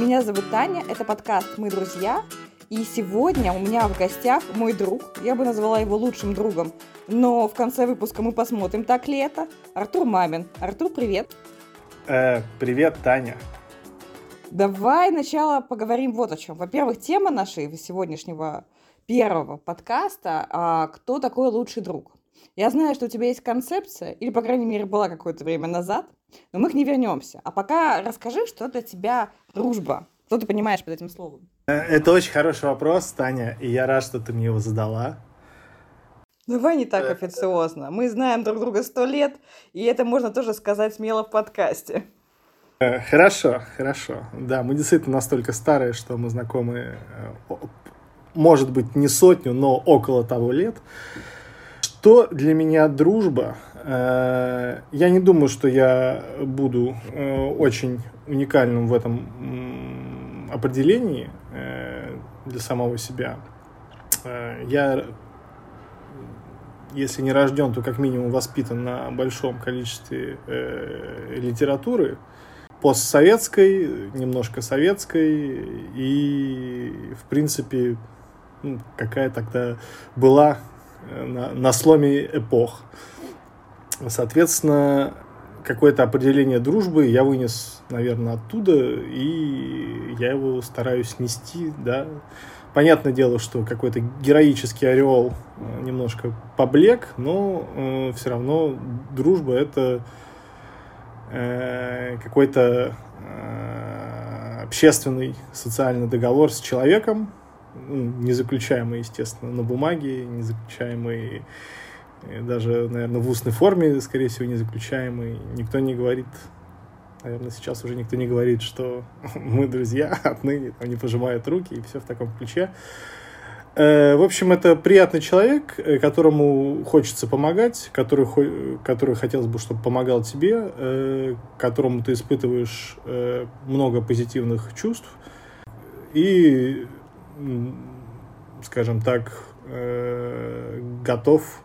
Меня зовут Таня, это подкаст «Мы друзья», и сегодня у меня в гостях мой друг, я бы назвала его лучшим другом, но в конце выпуска мы посмотрим, так ли это, Артур Мамин. Артур, привет. Привет, Таня. Давай сначала поговорим вот о чем. Во-первых, тема нашей сегодняшнего первого подкаста «Кто такой лучший друг?». Я знаю, что у тебя есть концепция, или, по крайней мере, была какое-то время назад, но мы к ней вернемся. А пока расскажи, что для тебя дружба. Что ты понимаешь под этим словом? Это очень хороший вопрос, Таня, и я рад, что ты мне его задала. Давай не так официозно. Мы знаем друг друга 100 лет, и это можно тоже сказать смело в подкасте. Хорошо. Да, мы действительно настолько старые, что мы знакомы, может быть, не сотню, но около того лет. Что для меня дружба? Я не думаю, что я буду очень уникальным в этом определении для самого себя. Я, если не рожден, то как минимум воспитан на большом количестве литературы, постсоветской, немножко советской, и, в принципе, какая тогда была на сломе эпох. Соответственно, какое-то определение дружбы я вынес, наверное, оттуда, и я его стараюсь нести, да. Понятное дело, что какой-то героический ореол немножко поблек, но все равно дружба — это какой-то общественный социальный договор с человеком, не заключаемый, естественно, на бумаге, не заключаемый даже, наверное, в устной форме, скорее всего, не заключаемый. Никто не говорит, наверное, сейчас уже никто не говорит, что мы друзья отныне, там, не пожимают руки, и все в таком ключе. В общем, это приятный человек, которому хочется помогать, который хотелось бы, чтобы помогал тебе, которому ты испытываешь много позитивных чувств и, скажем так, готов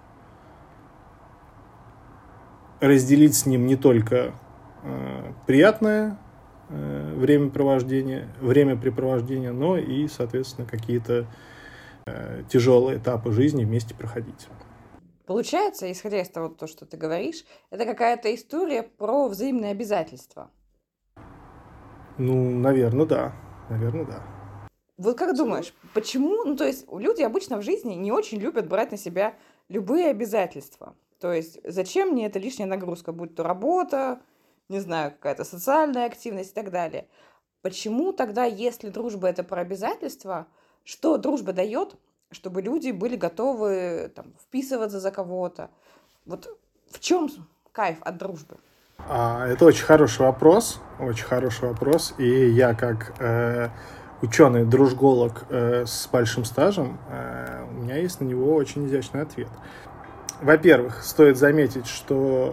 разделить с ним не только приятное времяпрепровождение, но и, соответственно, какие-то тяжелые этапы жизни вместе проходить. Получается, исходя из того, что ты говоришь, это какая-то история про взаимные обязательства. Наверное, да. Вот как думаешь, почему, то есть люди обычно в жизни не очень любят брать на себя любые обязательства. То есть зачем мне эта лишняя нагрузка, будь то работа, не знаю, какая-то социальная активность и так далее. Почему тогда, если дружба это про обязательства, что дружба дает, чтобы люди были готовы там, вписываться за кого-то? Вот в чем кайф от дружбы? Это очень хороший вопрос. И я как ученый-дружголог с большим стажем, у меня есть на него очень изящный ответ. Во-первых, стоит заметить, что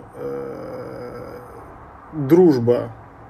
дружба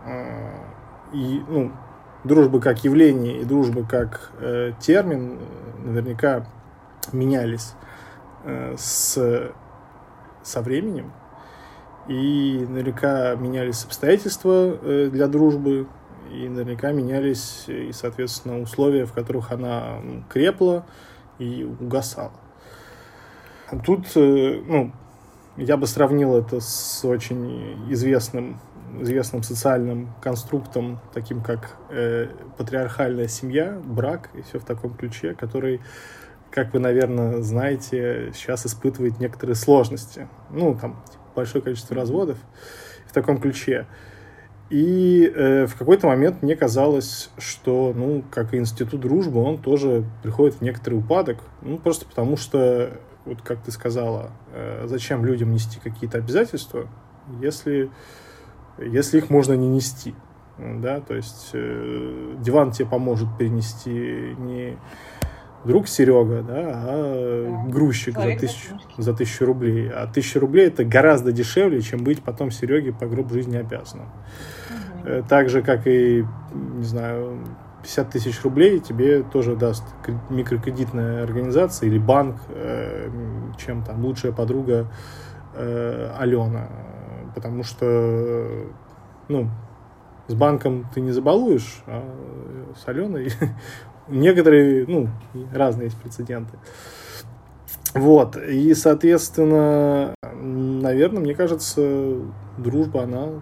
дружба как явление и дружба как термин наверняка менялись со временем. И наверняка менялись обстоятельства для дружбы, и наверняка менялись, и, соответственно, условия, в которых она крепла и угасала. Тут, я бы сравнил это с очень известным социальным конструктом, таким как патриархальная семья, брак и все в таком ключе, который, как вы, наверное, знаете, сейчас испытывает некоторые сложности. Большое количество разводов в таком ключе. И в какой-то момент мне казалось, что, как и институт дружбы, он тоже приходит в некоторый упадок. Просто потому что, вот как ты сказала, зачем людям нести какие-то обязательства, если их можно не нести. Да? То есть диван тебе поможет перенести не друг Серега, да, а грузчик за 1000 рублей. А 1000 рублей это гораздо дешевле, чем быть потом Сереге по гроб жизни обязанным. Так же, как и, 50 тысяч рублей тебе тоже даст микрокредитная организация или банк, чем там лучшая подруга Алена. Потому что, с банком ты не забалуешь, а с Аленой некоторые, разные есть прецеденты. Вот, и, соответственно, наверное, мне кажется, дружба, она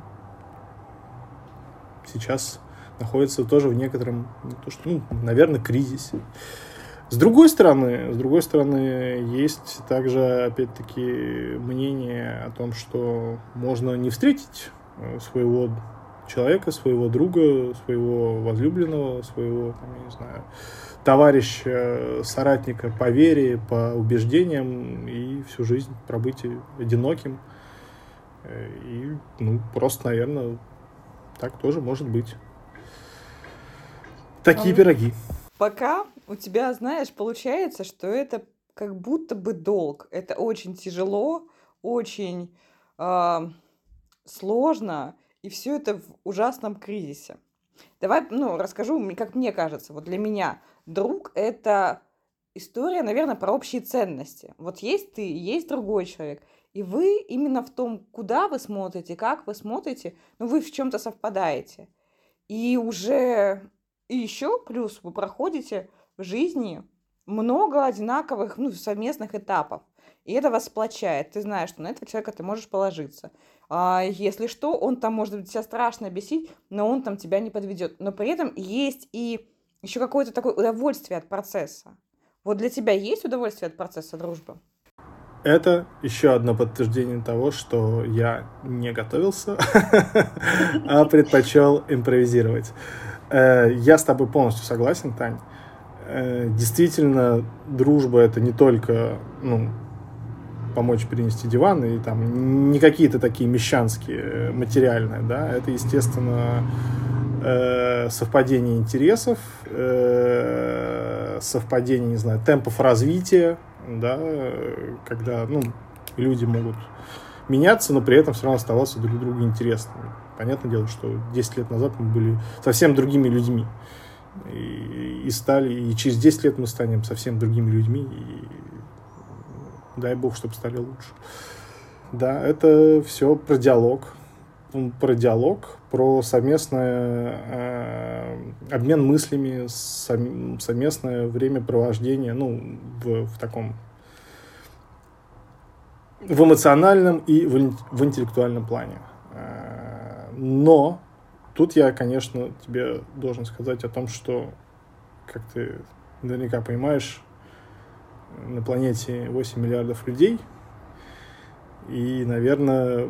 сейчас находится тоже в некотором, наверное, кризисе. С другой стороны, есть также, опять-таки, мнение о том, что можно не встретить своего человека, своего друга, своего возлюбленного, своего, я не знаю, товарища, соратника по вере, по убеждениям и всю жизнь пробыть одиноким. И, просто, наверное, так тоже может быть. Такие пироги. Пока у тебя, знаешь, получается, что это как будто бы долг. Это очень тяжело, очень сложно, и все это в ужасном кризисе. Давай, расскажу, как мне кажется. Вот для меня друг — это история, наверное, про общие ценности. Вот есть ты, есть другой человек, и вы именно в том, куда вы смотрите, как вы смотрите, вы в чем-то совпадаете. И еще плюс вы проходите в жизни много одинаковых, совместных этапов. И это вас сплочает. Ты знаешь, что на этого человека ты можешь положиться. А если что, он там может тебя страшно бесить, но он там тебя не подведет. Но при этом есть и еще какое-то такое удовольствие от процесса. Вот для тебя есть удовольствие от процесса дружбы? Это еще одно подтверждение того, что я не готовился, а предпочел импровизировать. Я с тобой полностью согласен, Тань. Действительно, дружба — это не только, помочь перенести диван и там не какие-то такие мещанские, материальные, да, это, естественно, совпадение интересов, совпадение, не знаю, темпов развития, да, когда, люди могут меняться, но при этом все равно оставаться друг другу интересными. Понятное дело, что 10 лет назад мы были совсем другими людьми. И через 10 лет мы станем совсем другими людьми, и дай бог, чтобы стали лучше. Да, это все про диалог, про совместное обмен мыслями, совместное времяпровождение, в эмоциональном и в интеллектуальном плане. Но тут я, конечно, тебе должен сказать о том, что, как ты наверняка понимаешь, на планете 8 миллиардов людей, и, наверное,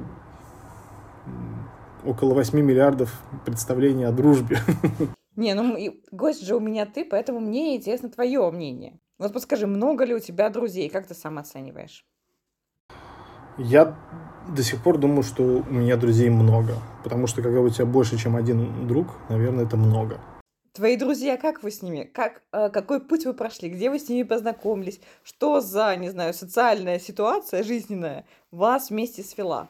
около 8 миллиардов представлений о дружбе. Гость же у меня ты, поэтому мне интересно твое мнение. Вот подскажи, много ли у тебя друзей? Как ты сам оцениваешь? Я до сих пор думаю, что у меня друзей много. Потому что когда у тебя больше, чем один друг, наверное, это много. Твои друзья, как вы с ними? Какой путь вы прошли? Где вы с ними познакомились? Что за, не знаю, социальная ситуация жизненная вас вместе свела?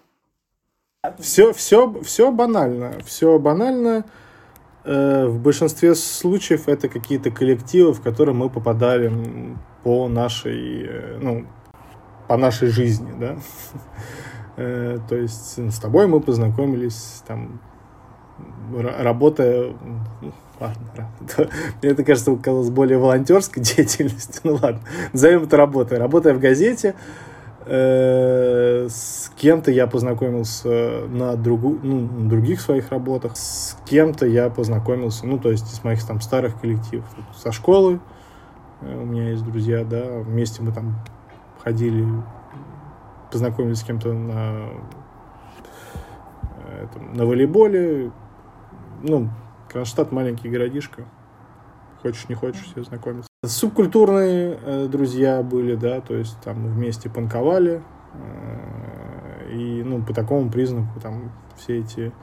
Все банально. Все банально. В большинстве случаев это какие-то коллективы, в которые мы попадали по нашей жизни, да. То есть с тобой мы познакомились, там, работая... Ладно, мне это кажется, казалось более волонтерской деятельностью. Ну ладно, назовем это работой. Работая в газете, с кем-то я познакомился на других своих работах, с кем-то я познакомился, то есть из моих там старых коллективов. Со школы у меня есть друзья, да, вместе мы там ходили, познакомились с кем-то на волейболе. Кронштадт — маленький городишко. Хочешь, не хочешь, все знакомиться. Субкультурные друзья были, да, то есть там вместе панковали. И, по такому признаку там все эти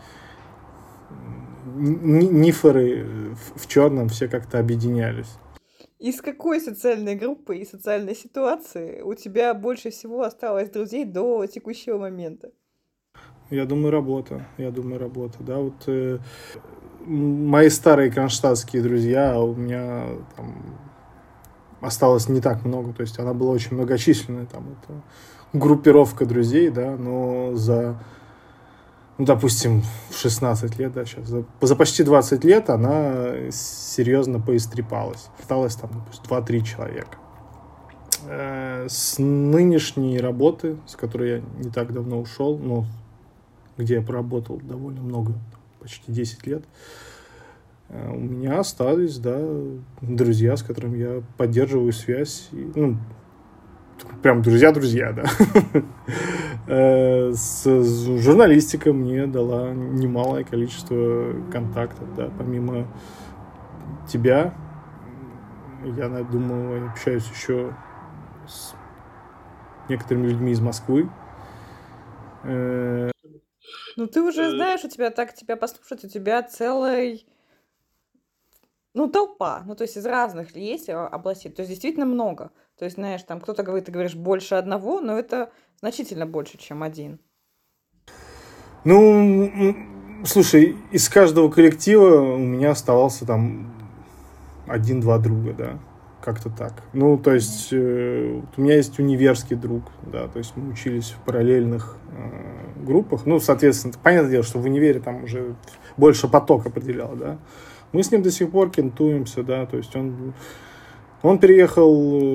нифоры в черном все как-то объединялись. Из какой социальной группы и социальной ситуации у тебя больше всего осталось друзей до текущего момента? Я думаю, работа. Да, вот мои старые кронштадтские друзья, у меня там осталось не так много, то есть она была очень многочисленная, там, это группировка друзей, да, но за ну, допустим, в 16 лет, да, сейчас, за почти 20 лет она серьезно поистрепалась. Осталось там, допустим, 2-3 человека. С нынешней работы, с которой я не так давно ушел, но где я поработал довольно много, почти 10 лет, у меня остались, да, друзья, с которыми я поддерживаю связь. Ну, прям друзья-друзья, да. Журналистика мне дала немалое количество контактов, да, помимо тебя. Я думаю, общаюсь еще с некоторыми людьми из Москвы. Ну, ты уже знаешь, тебя послушать, у тебя целый, ну, толпа. Ну, то есть из разных есть областей. То есть действительно много. То есть, знаешь, там кто-то говорит, ты говоришь больше одного, но это значительно больше, чем один. Ну, слушай, из каждого коллектива у меня оставался там 1-2 друга, да, как-то так. Ну, то есть у меня есть универский друг, да, то есть мы учились в параллельных группах. Ну, соответственно, понятное дело, что в универе там уже больше поток определял, да. Мы с ним до сих пор кентуемся, да, то есть он переехал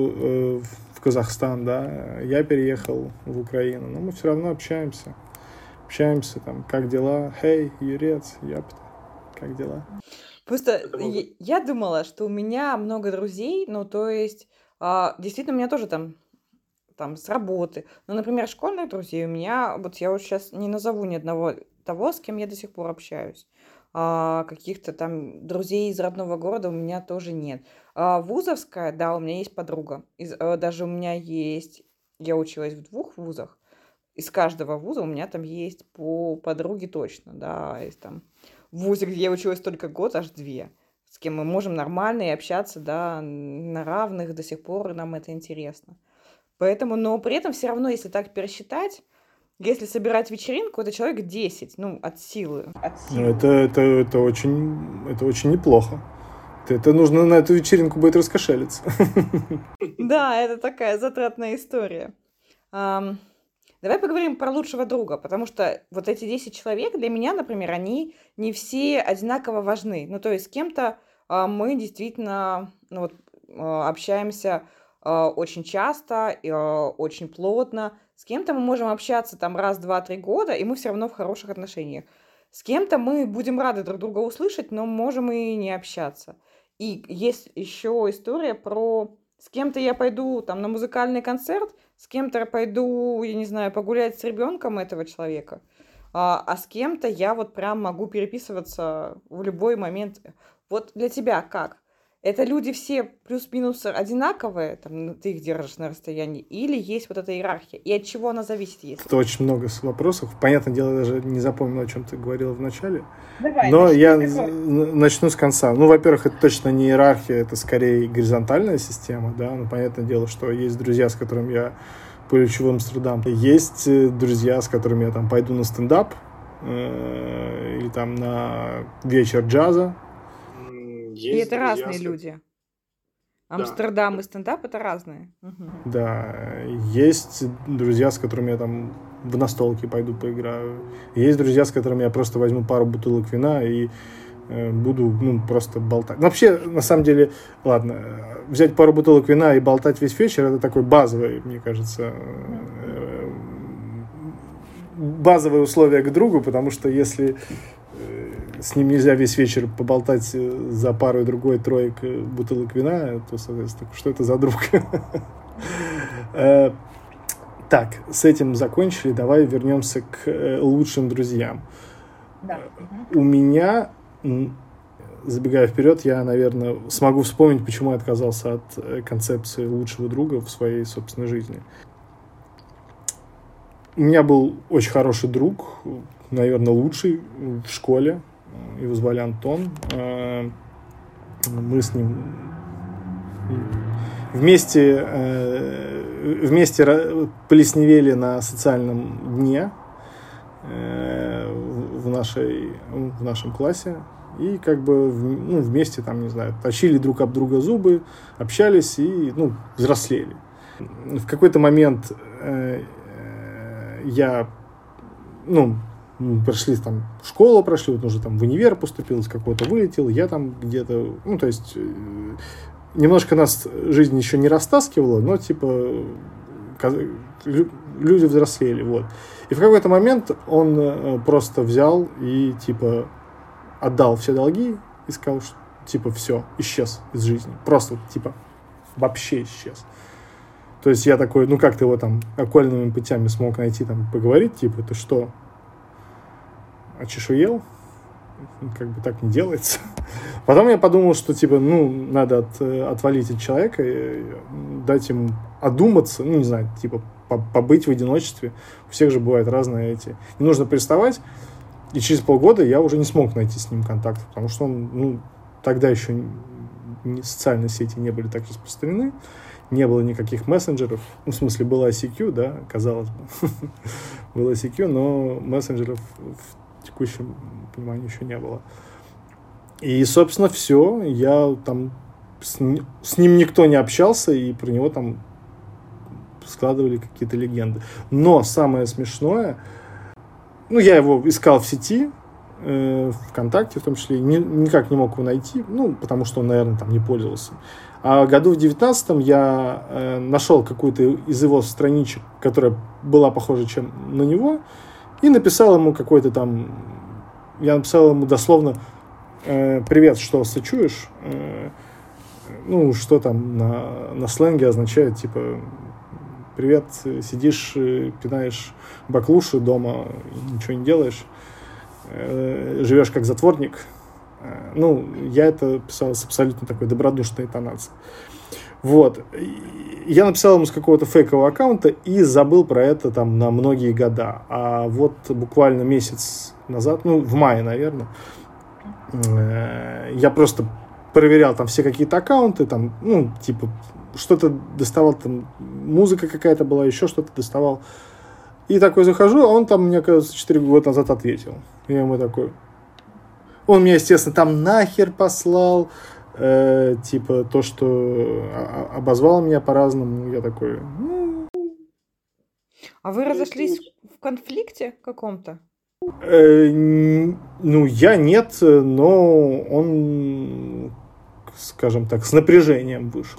в Казахстан, да, я переехал в Украину, но мы все равно общаемся, там, как дела, хей, юрец, япта, как дела? Просто я думала, что у меня много друзей, ну, то есть, действительно, у меня тоже там с работы. Ну, например, школьных друзей у меня, вот я вот сейчас не назову ни одного того, с кем я до сих пор общаюсь. Каких-то там друзей из родного города у меня тоже нет. Вузовская, да, у меня есть подруга. Даже у меня есть, я училась в 2 вузах. Из каждого вуза у меня там есть по подруге точно, да, есть там в вузе, где я училась только год, аж 2, с кем мы можем нормально и общаться, да, на равных до сих пор, и нам это интересно. Поэтому, но при этом все равно, если так пересчитать, если собирать вечеринку, это человек 10, ну, от силы. Это очень неплохо. Это нужно на эту вечеринку будет раскошелиться. Да, это такая затратная история. Давай поговорим про лучшего друга, потому что вот эти 10 человек для меня, например, они не все одинаково важны. Ну, то есть с кем-то мы действительно общаемся очень часто, очень плотно. С кем-то мы можем общаться там раз, 2, 3 года, и мы все равно в хороших отношениях. С кем-то мы будем рады друг друга услышать, но можем и не общаться. И есть еще история про... С кем-то я пойду там на музыкальный концерт, с кем-то я пойду, я не знаю, погулять с ребенком этого человека, а с кем-то я вот прям могу переписываться в любой момент. Вот для тебя как? Это люди все плюс-минус одинаковые, там, ты их держишь на расстоянии, или есть вот эта иерархия? И от чего она зависит? Если? Это очень много вопросов. Понятное дело, я даже не запомнил, о чем ты говорила в начале. Давай, но я начну с конца. Ну, во-первых, это точно не иерархия, это скорее горизонтальная система, да. Ну, понятное дело, что есть друзья, с которыми я полечу в Амстердам. Есть друзья, с которыми я там пойду на стендап или там на вечер джаза. И это разные люди. Амстердам и стендап — это разные. Угу. Да, есть друзья, с которыми я там в настолки пойду поиграю. Есть друзья, с которыми я просто возьму пару бутылок вина и буду, просто болтать. Вообще, на самом деле, ладно, взять пару бутылок вина и болтать весь вечер — это такой базовый, мне кажется, базовые условия к другу, потому что если с ним нельзя весь вечер поболтать за пару и другой троек бутылок вина, то, соответственно, что это за друг? Так, с этим закончили. Давай вернемся к лучшим друзьям. Да. У меня, забегая вперед, я, наверное, смогу вспомнить, почему я отказался от концепции лучшего друга в своей собственной жизни. У меня был очень хороший друг, наверное, лучший в школе. Его звали Антон. Мы с ним вместе плесневели на социальном дне в нашем классе. И как бы вместе там, не знаю, точили друг об друга зубы, общались и взрослели. В какой-то момент я прошли там школу, прошли, вот уже там в универ поступил, из какого-то вылетел, я там где-то, ну, то есть, немножко нас жизнь еще не растаскивала, но, типа, люди взрослели, вот. И в какой-то момент он просто взял и, типа, отдал все долги и сказал, что, типа, все, исчез из жизни. Просто, типа, вообще исчез. То есть я такой, ну, как ты его там окольными путями смог найти, там, поговорить, типа, ты что, очешуел? Как бы так не делается. Потом я подумал, что, типа, ну, надо отвалить от человека, и дать ему одуматься, ну, не знаю, типа, побыть в одиночестве. У всех же бывают разные эти. Не нужно приставать, и через полгода я уже не смог найти с ним контакт, потому что он, ну, тогда еще социальные сети не были так распространены, не было никаких мессенджеров, ну, в смысле, было ICQ, да, казалось бы, было ICQ, но мессенджеров в текущем понимании еще не было. И, собственно, все, я там, с ним никто не общался, и про него там складывали какие-то легенды. Но самое смешное, ну, я его искал в сети, ВКонтакте в том числе, никак не мог его найти, ну, потому что он, наверное, там не пользовался. А году в 19-м я нашел какую-то из его страничек, которая была похожа чем на него, и написал ему какой-то там, я написал ему дословно: «Привет, что сычуешь?» Ну, что там на сленге означает, типа, «Привет, сидишь, пинаешь баклуши дома, ничего не делаешь, живешь как затворник». Ну, я это писал с абсолютно такой добродушной интонацией. Вот. Я написал ему с какого-то фейкового аккаунта и забыл про это там на многие года. А вот буквально месяц назад, ну, в мае, наверное, я просто проверял там все какие-то аккаунты, там, ну, типа, что-то доставал, там, музыка какая-то была, еще что-то доставал. И такой захожу, а он там, мне кажется, 4 года назад ответил. Я ему такой... Он меня, естественно, там нахер послал, типа, то, что обозвал меня по-разному. Я такой... А вы разошлись в конфликте каком-то? Ну, я нет, но он, скажем так, с напряжением вышел.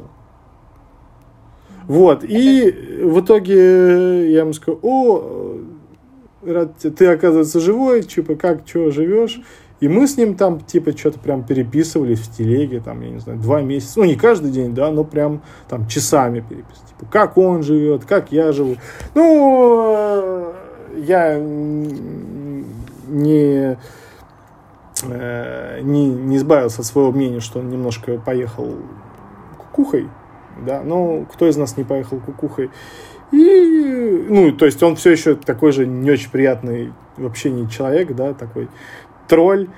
Вот, и в итоге я ему сказал: «О, рад, ты, оказывается, живой, типа, как, что, живешь?» И мы с ним там, типа, что-то прям переписывались в телеге, там, я не знаю, 2 месяца, ну, не каждый день, да, но прям там часами переписывались. Типа, как он живет, как я живу. Ну, я не избавился от своего мнения, что он немножко поехал кукухой, да, но кто из нас не поехал кукухой? И, ну, то есть он все еще такой же не очень приятный в общении человек, да, такой тролль,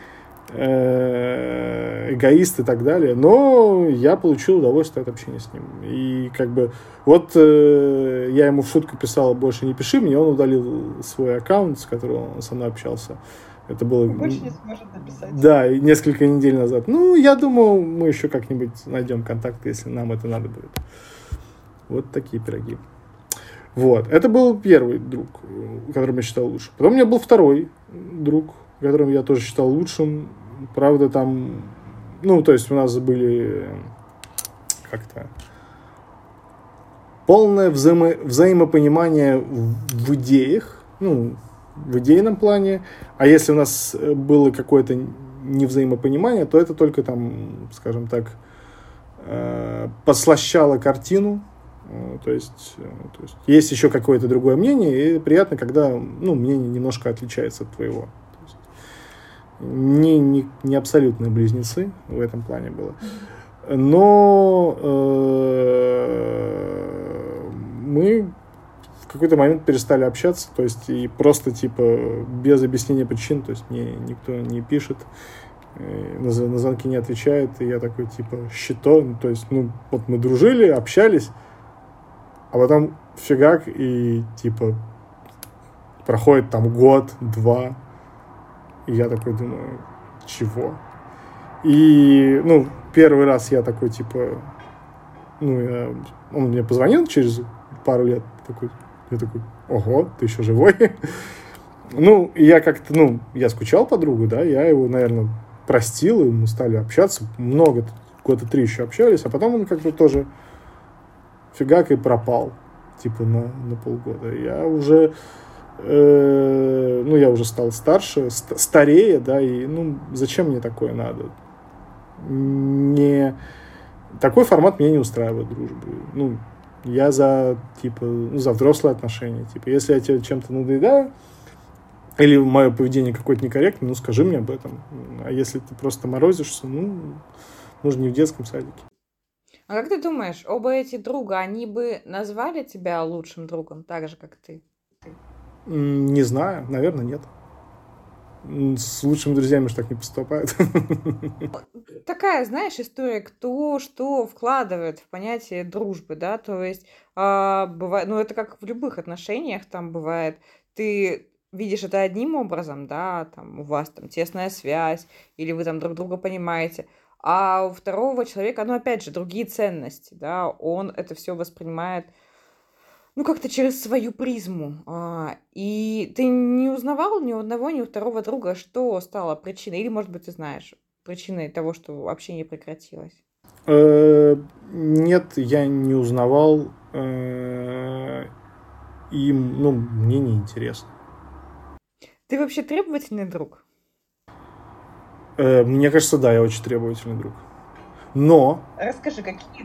эгоист и так далее, но я получил удовольствие от общения с ним. И как бы вот я ему в шутку писал: «Больше не пиши мне», он удалил свой аккаунт, с которого он со мной общался. Это было... Больше не сможет написать. Да, и несколько недель назад. Ну, я думаю, мы еще как-нибудь найдем контакты, если нам это надо будет. Вот такие пироги. Вот. Это был первый друг, которым я считал лучшим. Потом у меня был второй друг, которым я тоже считал лучшим. Правда, там... Ну, то есть у нас были как-то полное взаимопонимание в идеях, ну, в идейном плане. А если у нас было какое-то невзаимопонимание, то это только там, скажем так, подслащало картину. То есть есть еще какое-то другое мнение, и приятно, когда, ну, мнение немножко отличается от твоего. То есть не абсолютные близнецы в этом плане было. Но мы в какой-то момент перестали общаться, то есть и просто типа без объяснения причин, то есть мне никто не пишет, на звонки не отвечает, и я такой типа что? То есть, ну, вот мы дружили, общались, а потом фигак, и типа проходит там год, 2, и я такой думаю, чего? И, ну, первый раз я такой типа, ну, он мне позвонил через пару лет, такой, я такой: ого, ты еще живой? Ну, я как-то, ну, я скучал по другу, да, я его, наверное, простил, и мы стали общаться много, года 3 еще общались, а потом он как-то тоже фигак и пропал, типа на полгода. Я уже, ну, я уже стал старше, старее, да, и, ну, зачем мне такое надо? Такой формат меня не устраивает дружбы. Ну, я за, типа, ну, за взрослые отношения. Типа, если я тебе чем-то надоедаю, или мое поведение какое-то некорректное, ну, скажи мне об этом. А если ты просто морозишься, ну, мы же не в детском садике. А как ты думаешь, оба эти друга, они бы назвали тебя лучшим другом, так же, как ты? Не знаю, наверное, нет. С лучшими друзьями же так не поступают. Такая, знаешь, история, кто что вкладывает в понятие дружбы, да, то есть бывает, ну это как в любых отношениях, там бывает, ты видишь это одним образом, да, там у вас там тесная связь, или вы там друг друга понимаете, а у второго человека, ну опять же, другие ценности, да, он это все воспринимает, ну как-то через свою призму. И ты не узнавал ни у одного, ни у второго друга, что стало причиной, или, может быть, ты знаешь, причиной того, что общение прекратилось? Нет, я не узнавал. Им, ну, мне не интересно. Ты вообще требовательный друг? Мне кажется, да, я очень требовательный друг. Но Расскажи, какие?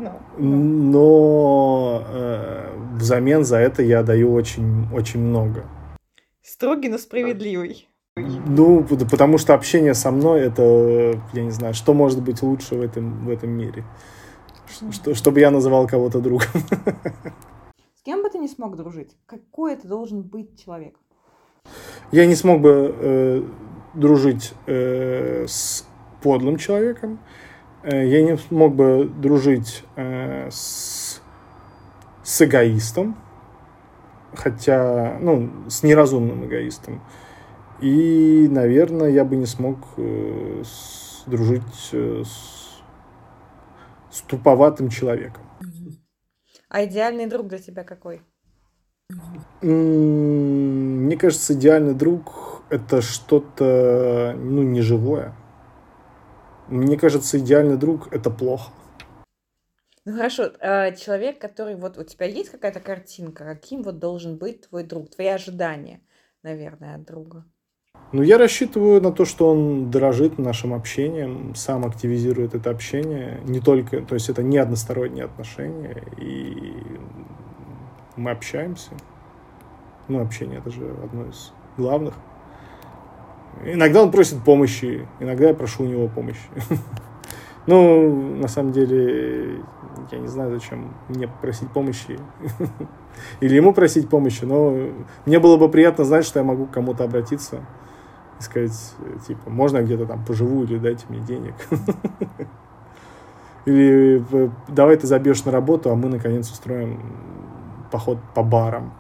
Но взамен за это я даю очень, очень много. Строгий, но справедливый. Ну, потому что общение со мной, это, я не знаю, что может быть лучше в этом мире. Чтобы я называл кого-то другом. С кем бы ты не смог дружить? Какой это должен быть человек? Я не смог бы дружить с подлым человеком. Я не смог бы дружить с эгоистом, хотя, ну, с неразумным эгоистом. И, наверное, я бы не смог дружить с туповатым человеком. А идеальный друг для тебя какой? Мне кажется, идеальный друг – это что-то, ну, неживое. Мне кажется, идеальный друг – это плохо. Ну хорошо, человек, который вот у тебя есть какая-то картинка, каким вот должен быть твой друг, твои ожидания, наверное, от друга? Ну, я рассчитываю на то, что он дорожит нашим общением, сам активизирует это общение, не только, то есть это не односторонние отношения, и мы общаемся. Ну, общение – это же одно из главных. Иногда он просит помощи, иногда я прошу у него помощи. Ну, на самом деле, я не знаю, зачем мне просить помощи или ему просить помощи, но мне было бы приятно знать, что я могу к кому-то обратиться и сказать, типа, можно я где-то там поживу или дайте мне денег. Или давай ты забьешь на работу, а мы, наконец, устроим поход по барам.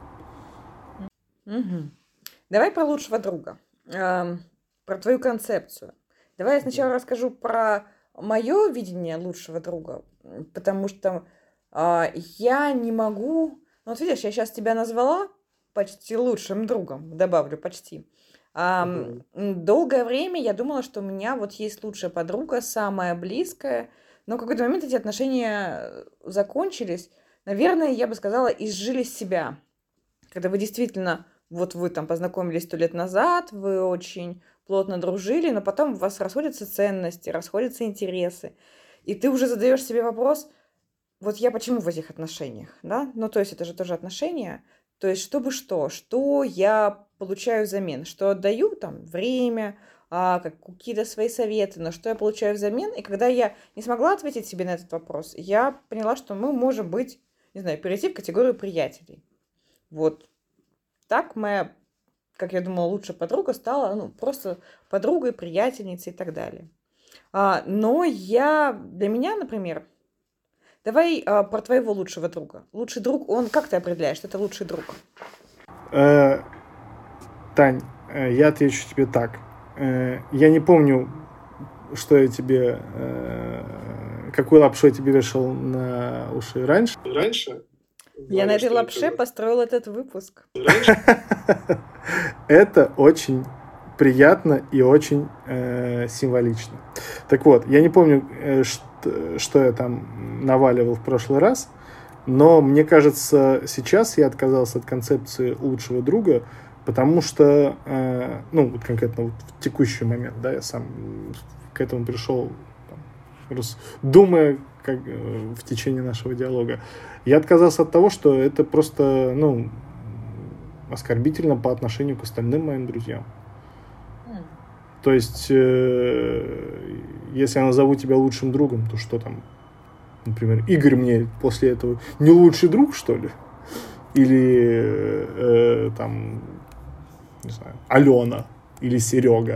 Давай про лучшего друга, про твою концепцию. Давай я сначала расскажу про мое видение лучшего друга, потому что я не могу... Ну, вот видишь, я сейчас тебя назвала почти лучшим другом, добавлю почти. Долгое время я думала, что у меня вот есть лучшая подруга, самая близкая, но в какой-то момент эти отношения закончились. Наверное, я бы сказала, изжили себя. Когда вы действительно, вот вы там познакомились 100 лет назад, вы очень плотно дружили, но потом у вас расходятся ценности, расходятся интересы. И ты уже задаешь себе вопрос, вот я почему в этих отношениях, да? Ну, то есть это же тоже отношения. То есть чтобы что я получаю взамен, что отдаю там время, какие-то свои советы, но что я получаю взамен. И когда я не смогла ответить себе на этот вопрос, я поняла, что мы можем быть, не знаю, перейти в категорию приятелей. Вот так моя, как я думала, лучшая подруга стала, ну, просто подругой, приятельницей и так далее. Но для меня, например, давай про твоего лучшего друга. Лучший друг, он, как ты определяешь, что это лучший друг? Тань, я отвечу тебе так. Я не помню, что я тебе, какую лапшу я тебе вешал на уши раньше. Я на этой лапше построил этот выпуск. Это очень приятно и очень символично. Так вот, я не помню, что я там наваливал в прошлый раз, но мне кажется, сейчас я отказался от концепции лучшего друга, потому что, вот конкретно вот в текущий момент, да, я сам к этому пришел, думая как, в течение нашего диалога. Я отказался от того, что это просто, оскорбительно по отношению к остальным моим друзьям. То есть, если я назову тебя лучшим другом, то что там, например, Игорь мне после этого не лучший друг, что ли? Или не знаю, Алена или Серега.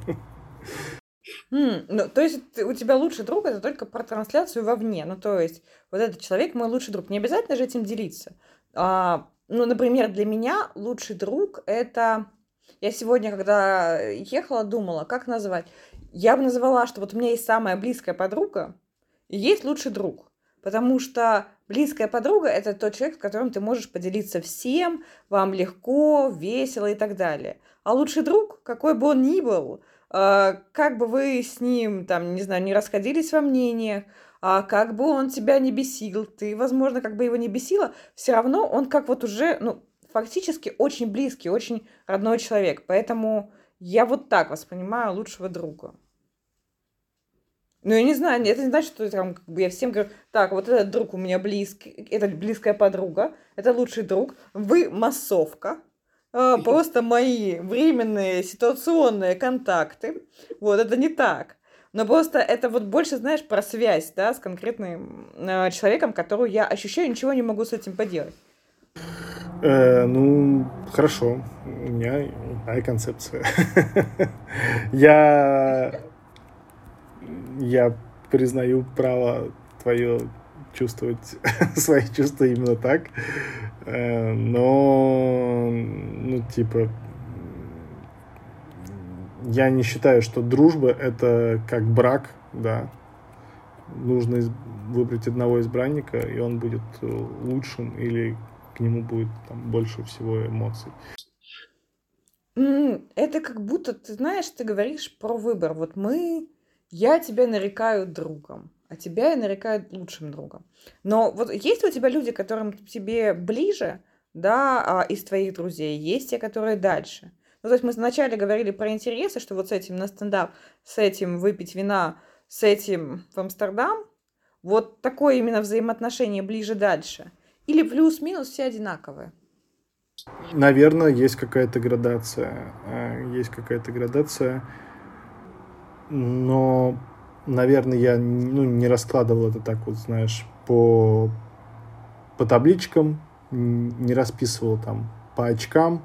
То есть у тебя лучший друг это только про трансляцию вовне. То есть вот этот человек мой лучший друг. Не обязательно же этим делиться. Например, для меня лучший друг это... Я сегодня, когда ехала, думала, как назвать. Я бы назвала, что вот у меня есть самая близкая подруга и есть лучший друг. Потому что близкая подруга – это тот человек, с которым ты можешь поделиться всем, вам легко, весело и так далее. А лучший друг, какой бы он ни был, как бы вы с ним, не расходились во мнениях, как бы он тебя не бесил, ты, возможно, как бы его не бесила, все равно он как вот уже, фактически очень близкий, очень родной человек. Поэтому я вот так воспринимаю лучшего друга. Я не знаю, это не значит, что я всем говорю, так, вот этот друг у меня близкий, это близкая подруга, это лучший друг, вы массовка, просто мои временные ситуационные контакты. Вот, это не так. Но просто это вот больше, знаешь, про связь, да, с конкретным человеком, которую я ощущаю, ничего не могу с этим поделать. Хорошо. У меня иная концепция. Я признаю право твое чувствовать свои чувства именно так. Но, я не считаю, что дружба — это как брак, да. Нужно выбрать одного избранника, и он будет лучшим, или к нему будет больше всего эмоций. Это как будто, ты знаешь, ты говоришь про выбор. Вот я тебя нарекаю другом, а тебя я нарекаю лучшим другом. Но вот есть у тебя люди, которым тебе ближе, да, из твоих друзей, есть те, которые дальше. То есть мы вначале говорили про интересы, что вот с этим на стендап, с этим выпить вина, с этим в Амстердам. Вот такое именно взаимоотношение ближе-дальше. Или плюс-минус все одинаковые? Наверное, есть какая-то градация. Но, наверное, я не раскладывал это так вот, знаешь, по табличкам, не расписывал там по очкам.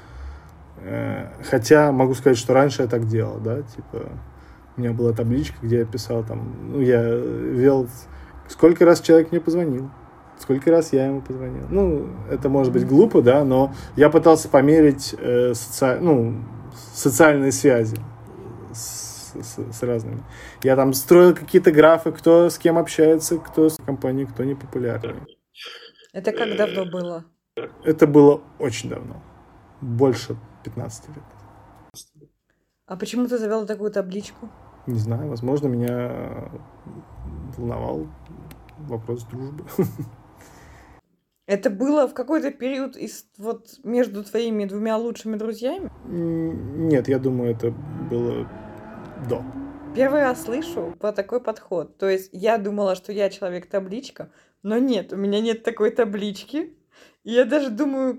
Хотя могу сказать, что раньше я так делал, да, у меня была табличка, где я писал я вел, сколько раз человек мне позвонил, сколько раз я ему позвонил. Это может быть глупо, да, но я пытался померить социальные связи с разными. Я строил какие-то графы, кто с кем общается, кто с компанией, кто не популярный. Это как давно было? Это было очень давно. Больше 15 лет. А почему ты завел такую табличку? Не знаю, возможно, меня волновал вопрос дружбы. Это было в какой-то период между твоими двумя лучшими друзьями? Нет, я думаю, это было до. Первый раз слышу про такой подход. То есть я думала, что я человек-табличка, но нет, у меня нет такой таблички. И я даже думаю,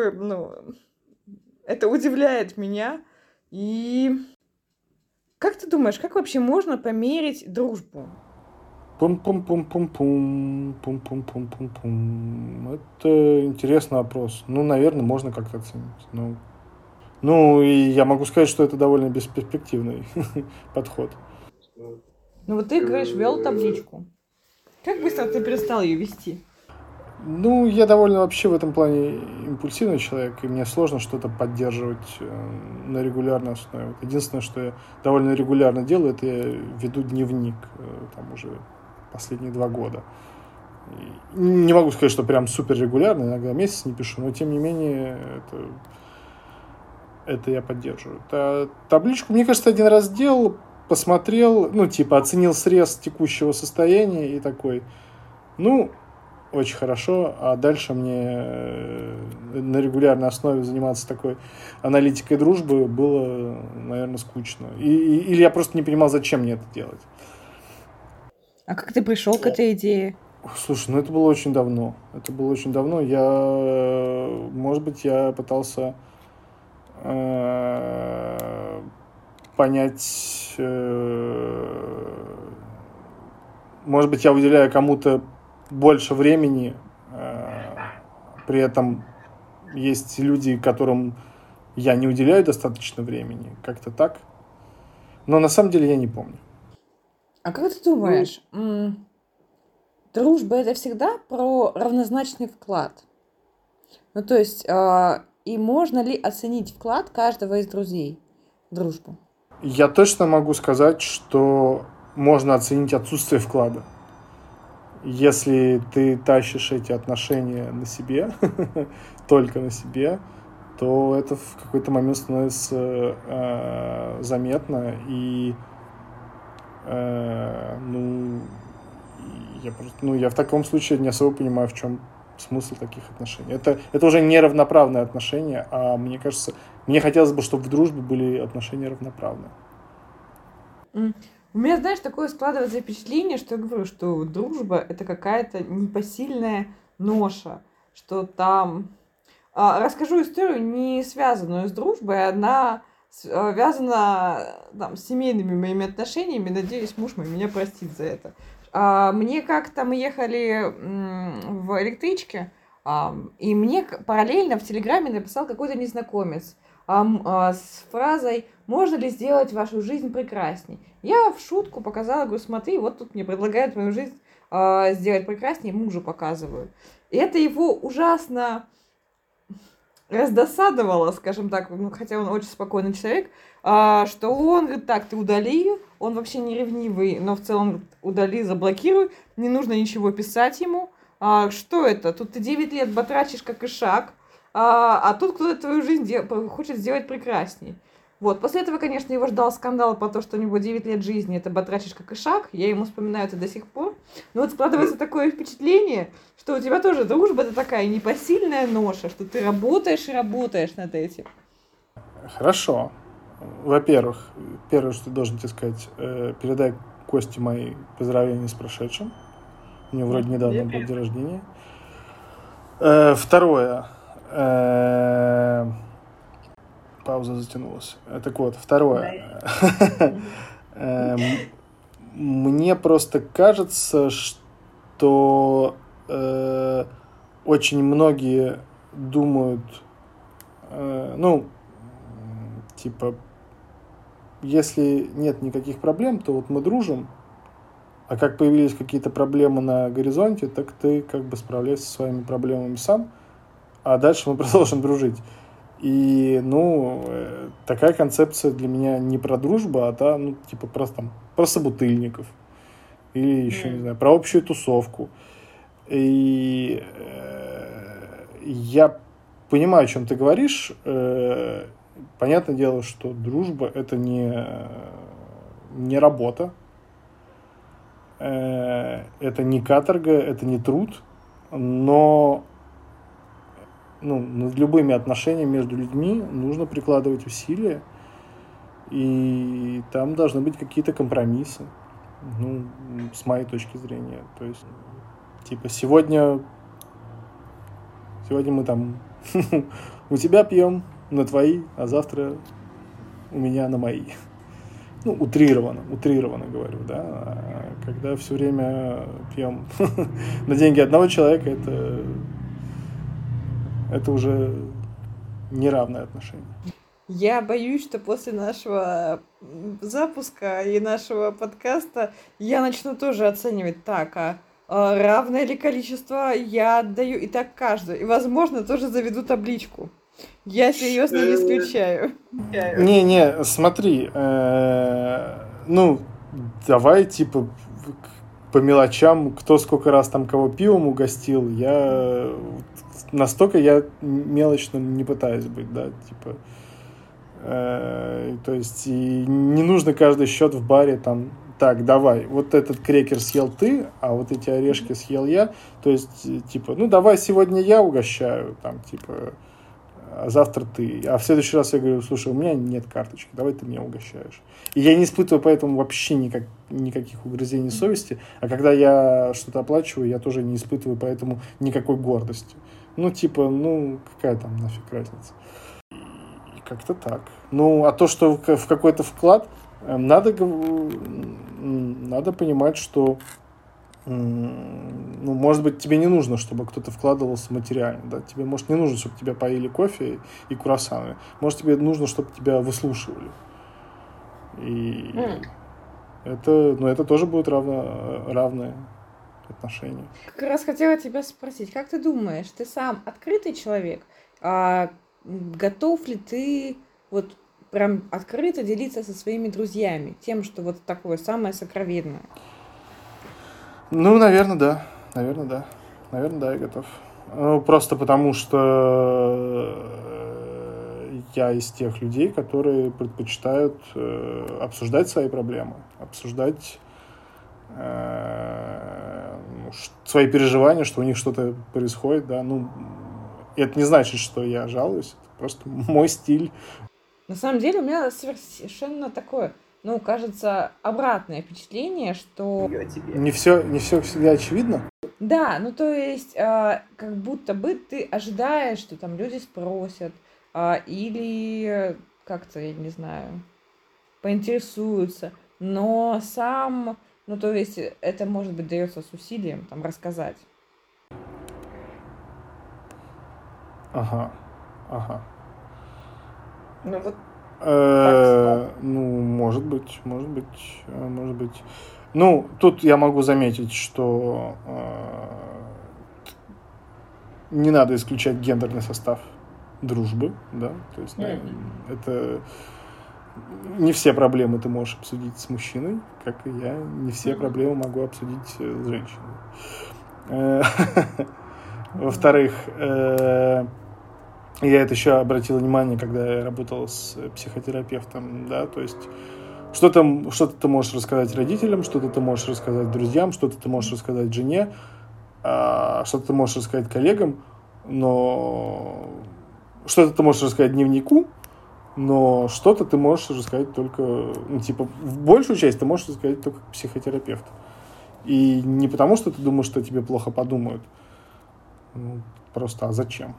это удивляет меня. И как ты думаешь, как вообще можно померить дружбу? Пум-пум-пум-пум-пум. Пум-пум-пум-пум-пум. Это интересный вопрос. Наверное, можно как-то оценить. И я могу сказать, что это довольно бесперспективный подход. Вот ты говоришь, вел табличку. Как быстро ты перестал ее вести? Я довольно вообще в этом плане импульсивный человек, и мне сложно что-то поддерживать на регулярной основе. Единственное, что я довольно регулярно делаю, это я веду дневник, уже последние 2 года. Не могу сказать, что прям супер регулярно, иногда месяц не пишу, но тем не менее это я поддерживаю. Табличку, мне кажется, один раз сделал, посмотрел, оценил срез текущего состояния и такой, очень хорошо, а дальше мне на регулярной основе заниматься такой аналитикой дружбы было, наверное, скучно. Или я просто не понимал, зачем мне это делать. А как ты пришел к этой идее? Слушай, это было очень давно. Может быть, я пытался понять, может быть, я уделяю кому-то больше времени, при этом есть люди, которым я не уделяю достаточно времени, как-то так. Но на самом деле я не помню. А как ты думаешь, дружба это всегда про равнозначный вклад? То есть, и можно ли оценить вклад каждого из друзей в дружбу? Я точно могу сказать, что можно оценить отсутствие вклада. Если ты тащишь эти отношения на себе, только на себе, то это в какой-то момент становится заметно. И я в таком случае не особо понимаю, в чем смысл таких отношений. Это уже не равноправные отношения, а мне кажется, мне хотелось бы, чтобы в дружбе были отношения равноправные. У меня, знаешь, такое складывается впечатление, что я говорю, что дружба это какая-то непосильная ноша, что там... Расскажу историю, не связанную с дружбой, она связана с семейными моими отношениями. Надеюсь, муж мой меня простит за это. Мне как-то мы ехали в электричке, и мне параллельно в Телеграме написал какой-то незнакомец с фразой «Можно ли сделать вашу жизнь прекрасней?» Я в шутку показала, говорю, смотри, вот тут мне предлагают мою жизнь сделать прекраснее, мужу показываю. И это его ужасно раздосадовало, скажем так, хотя он очень спокойный человек, что он говорит, так, ты удали, он вообще не ревнивый, но в целом удали, заблокируй, не нужно ничего писать ему. Что это? Тут ты 9 лет батрачишь как ишак, а тут кто-то твою жизнь хочет сделать прекрасней. Вот. После этого, конечно, его ждал скандал про то, что у него 9 лет жизни, это батрачишь как ишак. Я ему вспоминаю это до сих пор. Но вот складывается такое впечатление, что у тебя тоже дружба это такая непосильная ноша, что ты работаешь и работаешь над этим. Хорошо. Во-первых, первое, что я должен тебе сказать, передай Косте мои поздравления с прошедшим. У него вроде недавно был день рождения. Второе. Пауза затянулась. Так вот, второе. Мне просто кажется, что очень многие думают, если нет никаких проблем, то вот мы дружим, а как появились какие-то проблемы на горизонте, так ты как бы справляйся со своими проблемами сам, а дальше мы продолжим дружить. И, такая концепция для меня не про дружбу, а про собутыльников. Или еще, не знаю, про общую тусовку. И я понимаю, о чем ты говоришь. Понятное дело, что дружба – это не работа. Это не каторга, это не труд. Но над любыми отношениями между людьми нужно прикладывать усилия, и там должны быть какие-то компромиссы, с моей точки зрения. То есть, сегодня мы там у тебя пьем на твои, а завтра у меня на мои. Утрированно говорю, да. А когда все время пьем на деньги одного человека, это уже неравное отношение. Я боюсь, что после нашего запуска и нашего подкаста я начну тоже оценивать так, равное ли количество я отдаю, и так каждую. И, возможно, тоже заведу табличку. Я серьезно не исключаю. Не, смотри, давай, по мелочам, кто сколько раз там кого пивом угостил, настолько я мелочным не пытаюсь быть, да, типа, то есть и не нужно каждый счет в баре там, так, давай, вот этот крекер съел ты, а вот эти орешки съел я, то есть, типа, ну, давай сегодня я угощаю, там, типа, а завтра ты. А в следующий раз я говорю, слушай, у меня нет карточки, давай ты меня угощаешь. И я не испытываю поэтому вообще никаких угрызений совести. А когда я что-то оплачиваю, я тоже не испытываю поэтому никакой гордости. Ну, типа, ну, какая там нафиг разница. И как-то так. Ну, а то, что в какой-то вклад, надо понимать, что ну, может быть, тебе не нужно, чтобы кто-то вкладывался материально, да, тебе, может, не нужно, чтобы тебя поили кофе и круассаны, может, тебе нужно, чтобы тебя выслушивали, и это тоже будет равное отношение. Как раз хотела тебя спросить, как ты думаешь, ты сам открытый человек, готов ли ты вот прям открыто делиться со своими друзьями тем, что вот такое самое сокровенное? Ну, наверное, да. Наверное, да, я готов. Просто потому, что я из тех людей, которые предпочитают обсуждать свои проблемы, обсуждать свои переживания, что у них что-то происходит, да. Ну, это не значит, что я жалуюсь, это просто мой стиль. На самом деле у меня совершенно такое, ну, кажется, обратное впечатление, что... Не все всегда очевидно? Да, ну то есть, как будто бы ты ожидаешь, что там люди спросят, или как-то, я не знаю, поинтересуются, но сам, ну то есть, это, может быть, дается с усилием, там, рассказать. Ага. Ну вот. Ну, может быть. Ну, тут я могу заметить, что не надо исключать гендерный состав дружбы, да, то есть это не все проблемы ты можешь обсудить с мужчиной, как и я, не все проблемы могу обсудить с женщиной. Во-вторых, я это еще обратил внимание, когда я работал с психотерапевтом, да, то есть что-то ты можешь рассказать родителям, что-то ты можешь рассказать друзьям, что-то ты можешь рассказать жене, что-то ты можешь рассказать коллегам, но что-то ты можешь рассказать дневнику, но что-то ты можешь рассказать только, ну, типа, большую часть ты можешь рассказать только психотерапевту. И не потому, что ты думаешь, что тебе плохо подумают, просто, а зачем?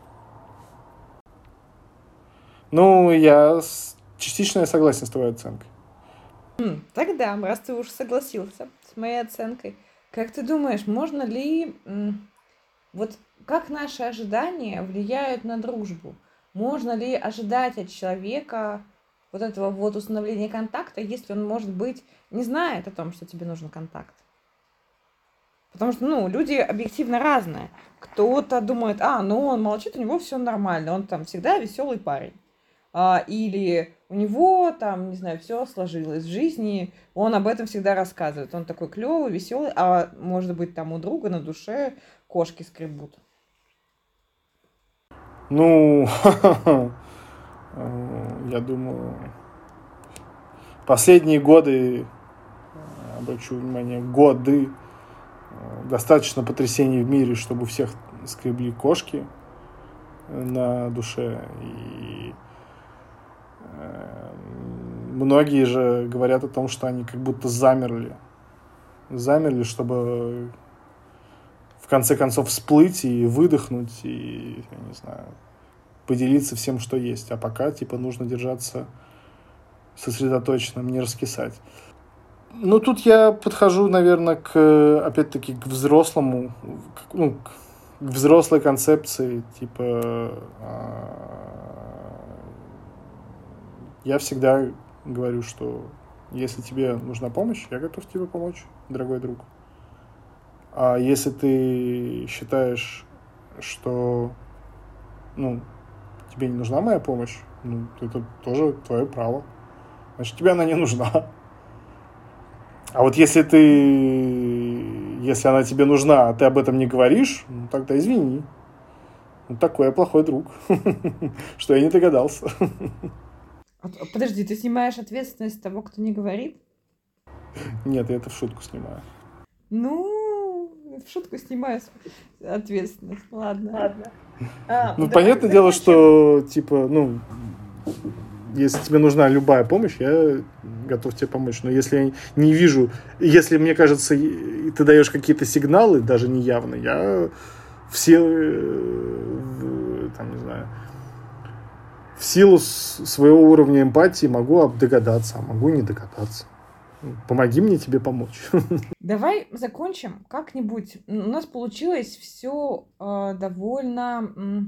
Ну, частично я согласен с твоей оценкой. Тогда, раз ты уж согласился с моей оценкой, как ты думаешь, можно ли, вот как наши ожидания влияют на дружбу? Можно ли ожидать от человека вот этого вот установления контакта, если он, может быть, не знает о том, что тебе нужен контакт? Потому что, ну, люди объективно разные. Кто-то думает, ну он молчит, у него все нормально, он там всегда веселый парень. Или у него там, не знаю, все сложилось в жизни, он об этом всегда рассказывает. Он такой клевый, веселый, а может быть там у друга на душе кошки скребут. Ну, я думаю, последние годы, обращу внимание, годы, достаточно потрясений в мире, чтобы всех скребли кошки на душе. И многие же говорят о том, что они как будто замерли, чтобы в конце концов всплыть и выдохнуть, и, я не знаю, поделиться всем, что есть. А пока, типа, нужно держаться сосредоточенным, не раскисать. Ну, тут я подхожу, наверное, опять-таки, к взрослому, к взрослой концепции, типа, я всегда говорю, что если тебе нужна помощь, я готов тебе помочь, дорогой друг. А если ты считаешь, что, тебе не нужна моя помощь, это тоже твое право. Значит, тебе она не нужна. А вот если ты если она тебе нужна, а ты об этом не говоришь, ну, тогда извини. Ну, такой я плохой друг, что я не догадался. Подожди, ты снимаешь ответственность того, кто не говорит? Нет, я это в шутку снимаю. Ну, в шутку снимаю ответственность. Ладно. Ну, понятное дело, что, типа, ну, если тебе нужна любая помощь, я готов тебе помочь. Но если я не вижу, если, мне кажется, ты даешь какие-то сигналы, даже неявно, я все, там, не знаю, в силу своего уровня эмпатии могу догадаться, а могу не догадаться. Помоги мне тебе помочь. Давай закончим как-нибудь. У нас получилось все довольно,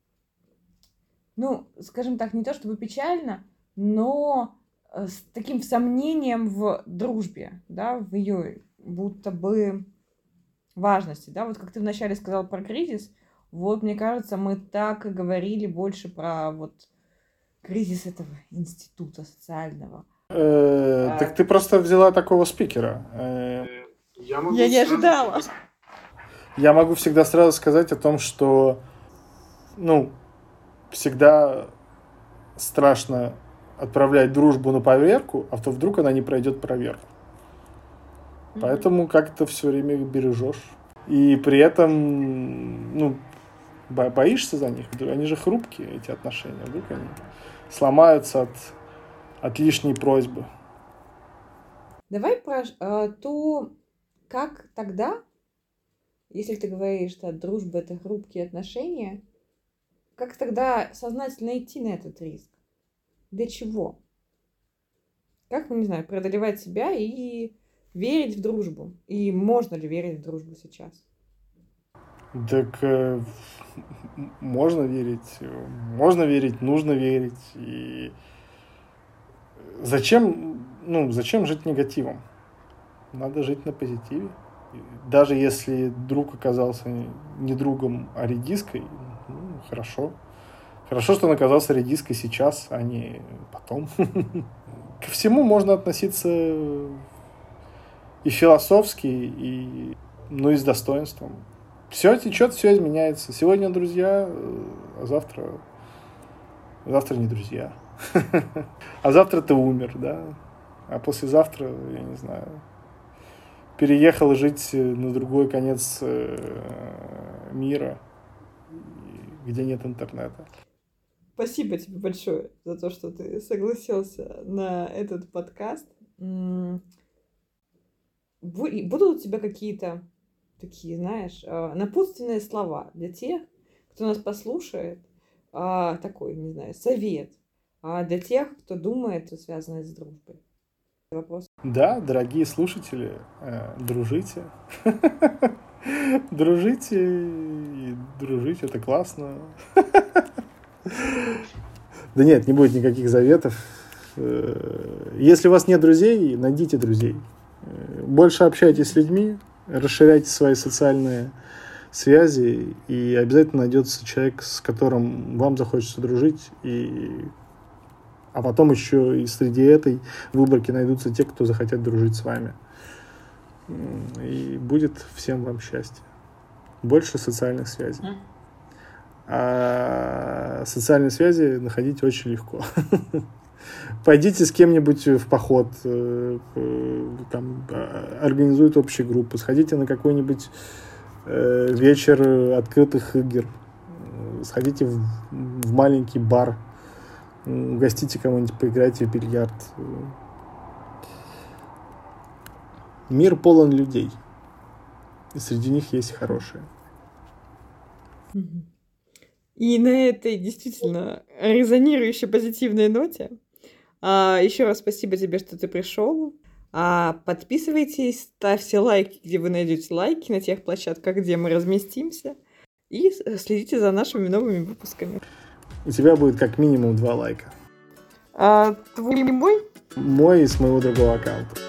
ну, скажем так, не то чтобы печально, но с таким сомнением в дружбе, да, в ее будто бы важности, да, вот как ты вначале сказал про кризис, вот, мне кажется, мы так и говорили больше про вот кризис этого института социального. Так ты просто взяла такого спикера. Я не ожидала. Я могу всегда сразу сказать о том, что, ну, всегда страшно отправлять дружбу на проверку, а то вдруг она не пройдет проверку. Поэтому как-то все время их бережешь. И при этом, ну, боишься за них. Они же хрупкие, эти отношения. Вдруг они сломаются от лишней просьбы. Давай про то, как тогда, если ты говоришь, что дружба — это хрупкие отношения, как тогда сознательно идти на этот риск? Для чего? Как, не знаю, преодолевать себя и верить в дружбу? И можно ли верить в дружбу сейчас? Так можно верить, нужно верить. И зачем жить негативом? Надо жить на позитиве. Даже если друг оказался не другом, а редиской, ну, хорошо. Хорошо, что он оказался редиской сейчас, а не потом. Ко всему можно относиться и философски, но и с достоинством. Все течет, все изменяется. Сегодня друзья, а завтра не друзья. А завтра ты умер, да? А послезавтра, я не знаю, переехал жить на другой конец мира, где нет интернета. Спасибо тебе большое за то, что ты согласился на этот подкаст. Будут у тебя какие-то такие, знаешь, напутственные слова для тех, кто нас послушает? Такой, не знаю, совет для тех, кто думает, связанное с дружбой. Вопрос. Да, дорогие слушатели, дружите. Дружите, это классно. Да нет, не будет никаких заветов. Если у вас нет друзей, найдите друзей. Больше общайтесь с людьми, расширяйте свои социальные связи, и обязательно найдется человек, с которым вам захочется дружить, а потом еще и среди этой выборки найдутся те, кто захотят дружить с вами. И будет всем вам счастье. Больше социальных связей. А социальные связи находить очень легко. Пойдите с кем-нибудь в поход, там, организуют общие группы, сходите на какой-нибудь вечер открытых игр, сходите в маленький бар, угостите кого-нибудь, поиграйте в бильярд. Мир полон людей, и среди них есть хорошие. И на этой действительно резонирующей позитивной ноте еще раз спасибо тебе, что ты пришел. Подписывайтесь, ставьте лайки, где вы найдете лайки, на тех площадках, где мы разместимся. И следите за нашими новыми выпусками. У тебя будет как минимум 2 лайка. Твой или мой? Мой и с моего другого аккаунта.